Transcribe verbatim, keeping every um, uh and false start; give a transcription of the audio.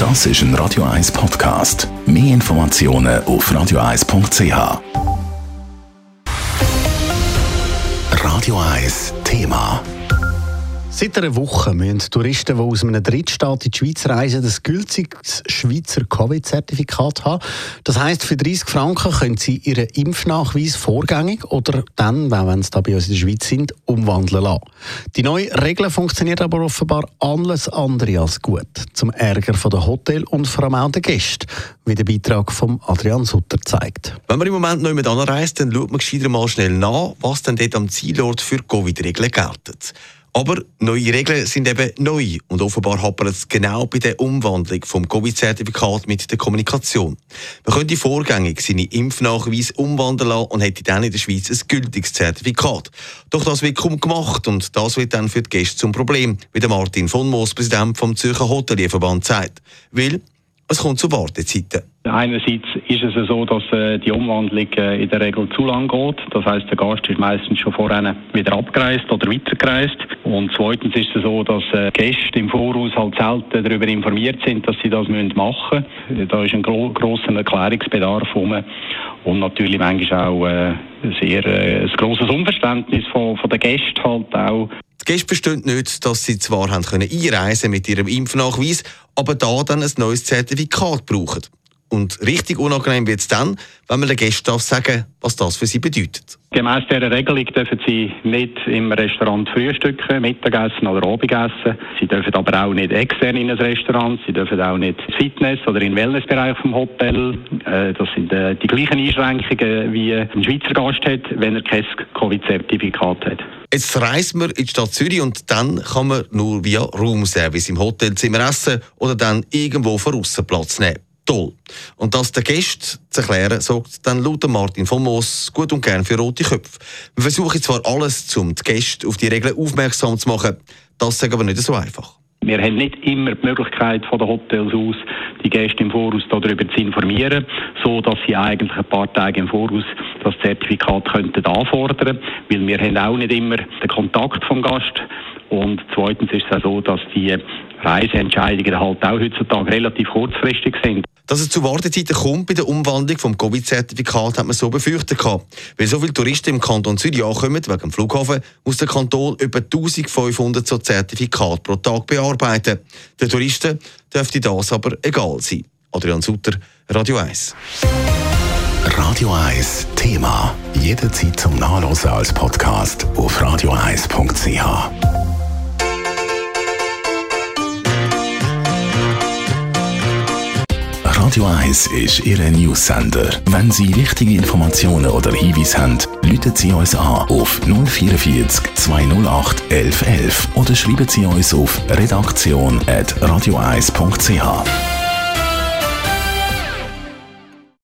Das ist ein Radio eins Podcast. Mehr Informationen auf radio eins punkt c h. Radio eins Thema. Seit einer Woche müssen Touristen, die aus einem Drittstaat in die Schweiz reisen, das gültiges Schweizer Covid-Zertifikat haben. Das heisst, für dreissig Franken können sie ihren Impfnachweis vorgängig oder dann, wenn sie da bei uns in der Schweiz sind, umwandeln lassen. Die neue Regel funktioniert aber offenbar alles andere als gut. Zum Ärger der Hotel und vor allem auch der Gäste, wie der Beitrag von Adrian Sutter zeigt. Wenn man im Moment noch jemand anreist, dann schaut man gescheiter mal schnell nach, was denn dort am Zielort für Covid-Regeln gelten. Aber neue Regeln sind eben neu und offenbar hapert es genau bei der Umwandlung vom Covid-Zertifikat mit der Kommunikation. Man könnte vorgängig seine Impfnachweise umwandeln lassen und hätte dann in der Schweiz ein gültiges Zertifikat. Doch das wird kaum gemacht und das wird dann für die Gäste zum Problem, wie der Martin von Moos, Präsident vom Zürcher Hotelierverband, sagt. Weil es kommt zu Wartezeiten. Einerseits ist es so, dass äh, die Umwandlung äh, in der Regel zu lang geht. Das heisst, der Gast ist meistens schon vorher wieder abgereist oder weitergereist. Und zweitens ist es so, dass äh, Gäste im Voraus halt selten darüber informiert sind, dass sie das machen müssen. Da ist ein gro- grosser Erklärungsbedarf rum. Und natürlich manchmal auch äh, sehr äh, ein grosses Unverständnis von, von den Gästen halt auch. Die Gäste verstehen nicht, dass sie zwar haben können einreisen mit ihrem Impfnachweis, aber da dann ein neues Zertifikat brauchen. Und richtig unangenehm wird es dann, wenn man den Gästen darf sagen, was das für sie bedeutet. Gemäss dieser Regelung dürfen sie nicht im Restaurant frühstücken, Mittagessen oder Abendessen. Sie dürfen aber auch nicht extern in ein Restaurant, sie dürfen auch nicht Fitness- oder in den Wellnessbereich vom Hotel. Das sind die gleichen Einschränkungen, wie ein Schweizer Gast hat, wenn er kein Covid-Zertifikat hat. Jetzt reist man in die Stadt Zürich und dann kann man nur via Roomservice im Hotelzimmer essen oder dann irgendwo von aussen Platz nehmen. Toll. Und das den Gästen zu erklären, sorgt dann laut Martin von Moos gut und gern für rote Köpfe. Wir versuchen zwar alles, um die Gäste auf die Regeln aufmerksam zu machen, das ist aber nicht so einfach. Wir haben nicht immer die Möglichkeit von den Hotels aus, die Gäste im Voraus darüber zu informieren, so dass sie eigentlich ein paar Tage im Voraus das Zertifikat könnten anfordern, weil wir haben auch nicht immer den Kontakt vom Gast. Und zweitens ist es auch so, dass die Reiseentscheidungen halt auch heutzutage relativ kurzfristig sind. Dass es zu Wartezeiten kommt bei der Umwandlung vom Covid-Zertifikat, hat man so befürchtet gehabt. Weil so viele Touristen im Kanton Zürich ankommen, wegen dem Flughafen, muss der Kanton über eintausendfünfhundert so Zertifikate pro Tag bearbeiten. Den Touristen dürfte das aber egal sein. Adrian Sutter, Radio eins. Radio eins Thema. Jederzeit zum Nachlesen als Podcast auf radio eins punkt c h. Radio eins ist Ihr News-Sender. Wenn Sie wichtige Informationen oder Hinweise haben, rufen Sie uns an auf null vierundvierzig zweihundertacht elf elf oder schreiben Sie uns auf redaktion at radio eins punkt c h.